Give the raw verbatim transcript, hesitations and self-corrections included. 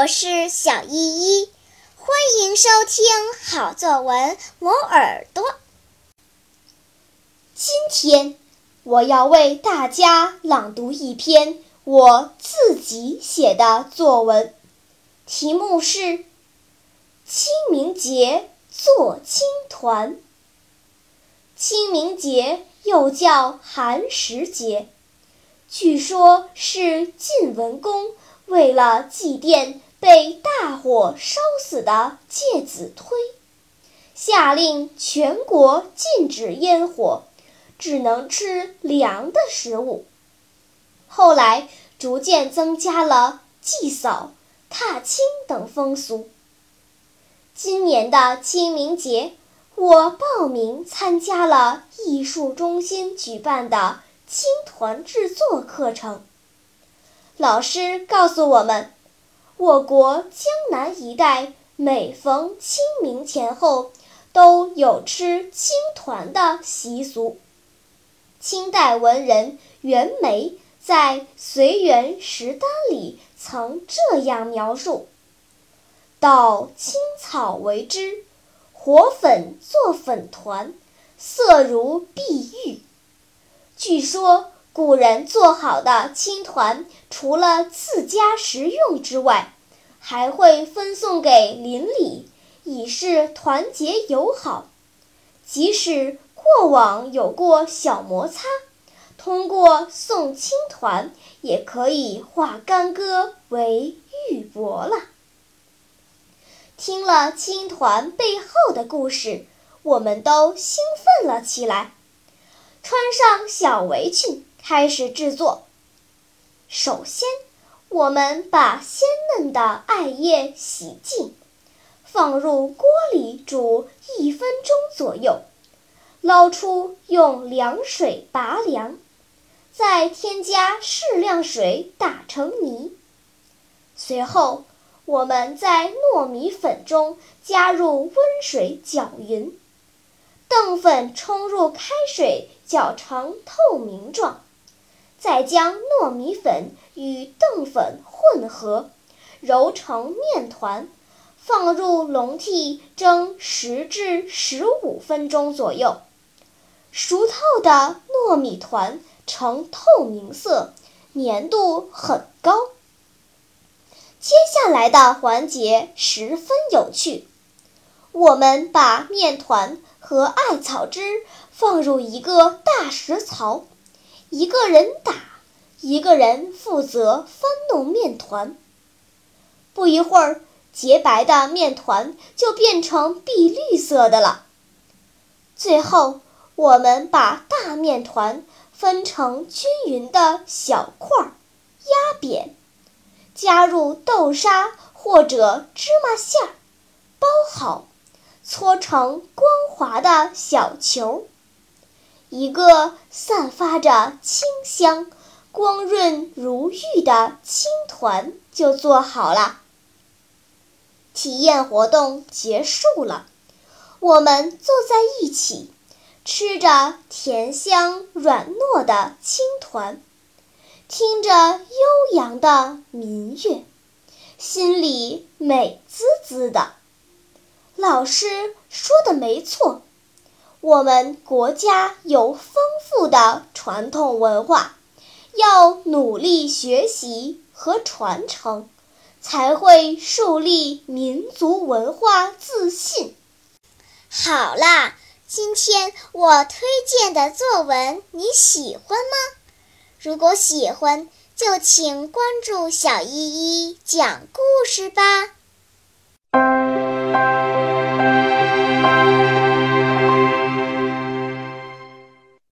我是小依依，欢迎收听好作文磨耳朵。今天我要为大家朗读一篇我自己写的作文，题目是清明节做青团。清明节又叫寒食节，据说是晋文公为了祭奠被大火烧死的介子推，下令全国禁止烟火，只能吃凉的食物。后来逐渐增加了祭扫、踏青等风俗。今年的清明节，我报名参加了艺术中心举办的青团制作课程。老师告诉我们，我国江南一带每逢清明前后都有吃青团的习俗。清代文人袁枚在《随园食单》里曾这样描述：捣青草为汁，和粉做粉团，色如碧玉。据说古人做好的青团，除了自家食用之外，还会分送给邻里，以示团结友好。即使过往有过小摩擦，通过送青团也可以化干戈为玉帛了。听了青团背后的故事，我们都兴奋了起来，穿上小围裙开始制作。首先，我们把鲜嫩的艾叶洗净，放入锅里煮一分钟左右，捞出用凉水拔凉，再添加适量水打成泥。随后，我们在糯米粉中加入温水搅匀，淀粉冲入开水搅成透明状，再将糯米粉与淀粉混合，揉成面团，放入笼屉蒸十至十五分钟左右。熟透的糯米团呈透明色，粘度很高。接下来的环节十分有趣，我们把面团和艾草汁放入一个大石槽，一个人打，一个人负责翻弄面团。不一会儿，洁白的面团就变成碧绿色的了。最后，我们把大面团分成均匀的小块，压扁，加入豆沙或者芝麻馅儿，包好，搓成光滑的小球。一个散发着清香、光润如玉的青团就做好了。体验活动结束了，我们坐在一起，吃着甜香软糯的青团，听着悠扬的民乐，心里美滋滋的。老师说的没错，我们国家有丰富的传统文化，要努力学习和传承，才会树立民族文化自信。好啦，今天我推荐的作文你喜欢吗？如果喜欢，就请关注小依依讲故事吧。